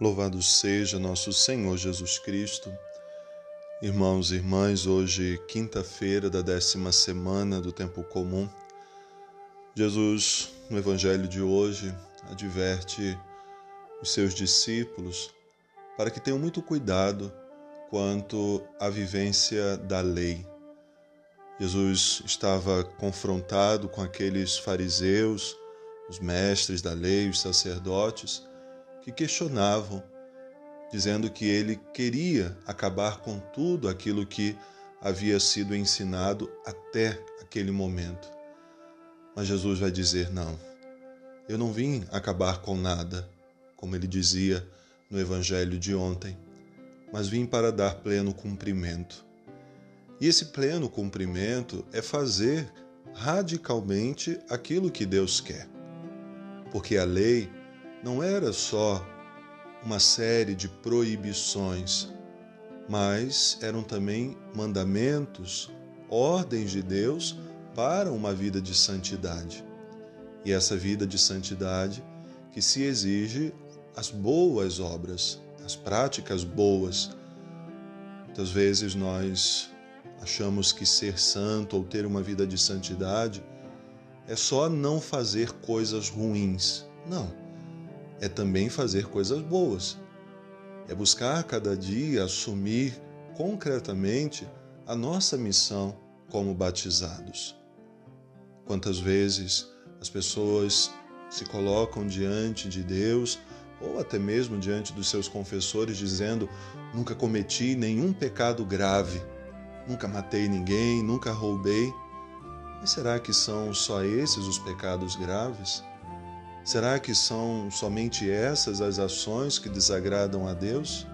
Louvado seja nosso Senhor Jesus Cristo. Irmãos e irmãs, hoje, quinta-feira da 10ª semana do Tempo Comum, Jesus, no Evangelho de hoje, adverte os seus discípulos para que tenham muito cuidado quanto à vivência da lei. Jesus estava confrontado com aqueles fariseus, os mestres da lei, os sacerdotes, que questionavam, dizendo que ele queria acabar com tudo aquilo que havia sido ensinado até aquele momento. Mas Jesus vai dizer, não, eu não vim acabar com nada, como ele dizia no Evangelho de ontem, mas vim para dar pleno cumprimento. E esse pleno cumprimento é fazer radicalmente aquilo que Deus quer. Porque a lei não era só uma série de proibições, mas eram também mandamentos, ordens de Deus para uma vida de santidade. E essa vida de santidade que se exige as boas obras, as práticas boas. Muitas vezes nós achamos que ser santo ou ter uma vida de santidade é só não fazer coisas ruins. Não. É também fazer coisas boas. É buscar cada dia assumir concretamente a nossa missão como batizados. Quantas vezes as pessoas se colocam diante de Deus ou até mesmo diante dos seus confessores dizendo: nunca cometi nenhum pecado grave, nunca matei ninguém, nunca roubei. Mas será que são só esses os pecados graves? Será que são somente essas as ações que desagradam a Deus?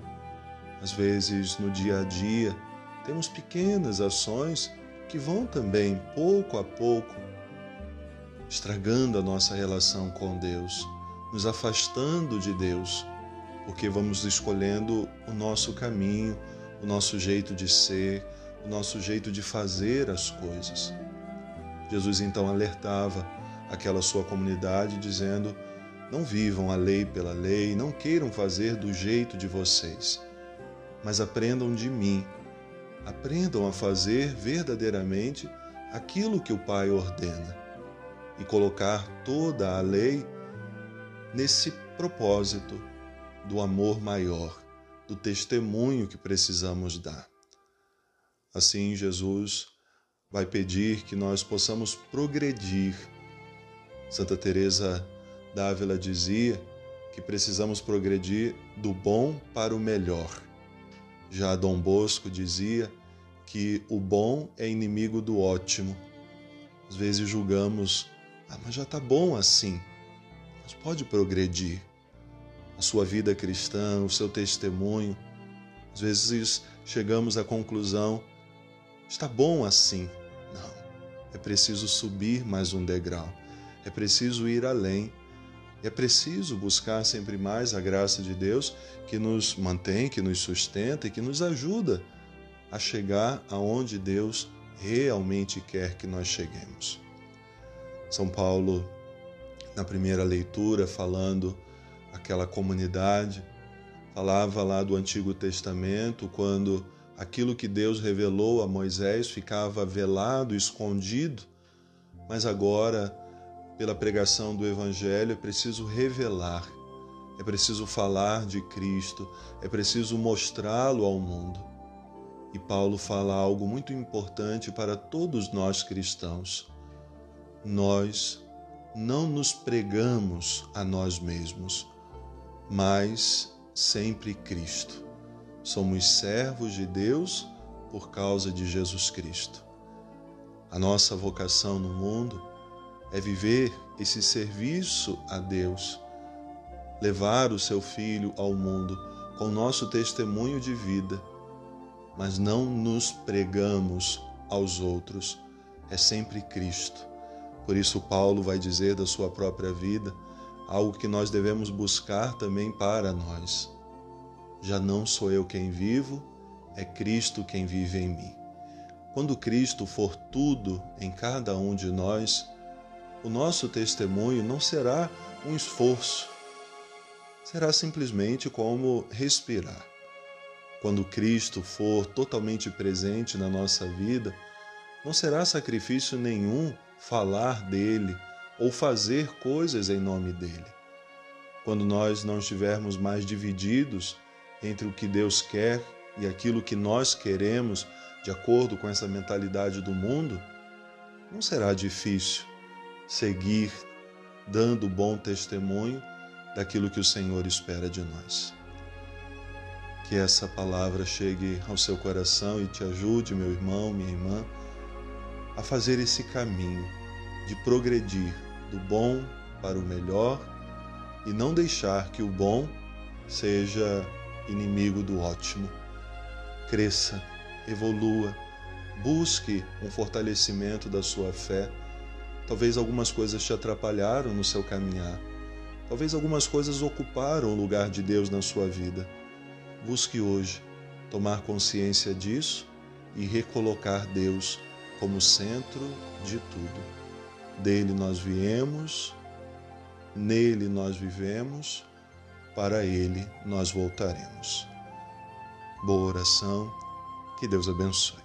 Às vezes, no dia a dia, temos pequenas ações que vão também, pouco a pouco, estragando a nossa relação com Deus, nos afastando de Deus, porque vamos escolhendo o nosso caminho, o nosso jeito de ser, o nosso jeito de fazer as coisas. Jesus então alertava aquela sua comunidade, dizendo: não vivam a lei pela lei, não queiram fazer do jeito de vocês, mas aprendam de mim, aprendam a fazer verdadeiramente aquilo que o Pai ordena e colocar toda a lei nesse propósito do amor maior, do testemunho que precisamos dar. Assim, Jesus vai pedir que nós possamos progredir. Santa Teresa d'Ávila dizia que precisamos progredir do bom para o melhor. Já Dom Bosco dizia que o bom é inimigo do ótimo. Às vezes julgamos, mas já está bom assim. Mas pode progredir. A sua vida cristã, o seu testemunho. Às vezes chegamos à conclusão, está bom assim. Não, é preciso subir mais um degrau. É preciso ir além, é preciso buscar sempre mais a graça de Deus que nos mantém, que nos sustenta e que nos ajuda a chegar aonde Deus realmente quer que nós cheguemos. São Paulo, na primeira leitura, falando àquela comunidade, falava lá do Antigo Testamento, quando aquilo que Deus revelou a Moisés ficava velado, escondido, mas agora, pela pregação do Evangelho, é preciso revelar, é preciso falar de Cristo, é preciso mostrá-lo ao mundo. E Paulo fala algo muito importante para todos nós cristãos. Nós não nos pregamos a nós mesmos, mas sempre Cristo. Somos servos de Deus por causa de Jesus Cristo. A nossa vocação no mundo é viver esse serviço a Deus, levar o seu Filho ao mundo com nosso testemunho de vida, mas não nos pregamos aos outros, é sempre Cristo. Por isso Paulo vai dizer da sua própria vida algo que nós devemos buscar também para nós. Já não sou eu quem vivo, é Cristo quem vive em mim. Quando Cristo for tudo em cada um de nós, o nosso testemunho não será um esforço, será simplesmente como respirar. Quando Cristo for totalmente presente na nossa vida, não será sacrifício nenhum falar dele ou fazer coisas em nome dele. Quando nós não estivermos mais divididos entre o que Deus quer e aquilo que nós queremos, de acordo com essa mentalidade do mundo, não será difícil seguir dando bom testemunho daquilo que o Senhor espera de nós. Que essa palavra chegue ao seu coração e te ajude, meu irmão, minha irmã, a fazer esse caminho de progredir do bom para o melhor e não deixar que o bom seja inimigo do ótimo. Cresça, evolua, busque um fortalecimento da sua fé. Talvez algumas coisas te atrapalharam no seu caminhar. Talvez algumas coisas ocuparam o lugar de Deus na sua vida. Busque hoje tomar consciência disso e recolocar Deus como centro de tudo. Dele nós viemos, nele nós vivemos, para ele nós voltaremos. Boa oração, que Deus abençoe.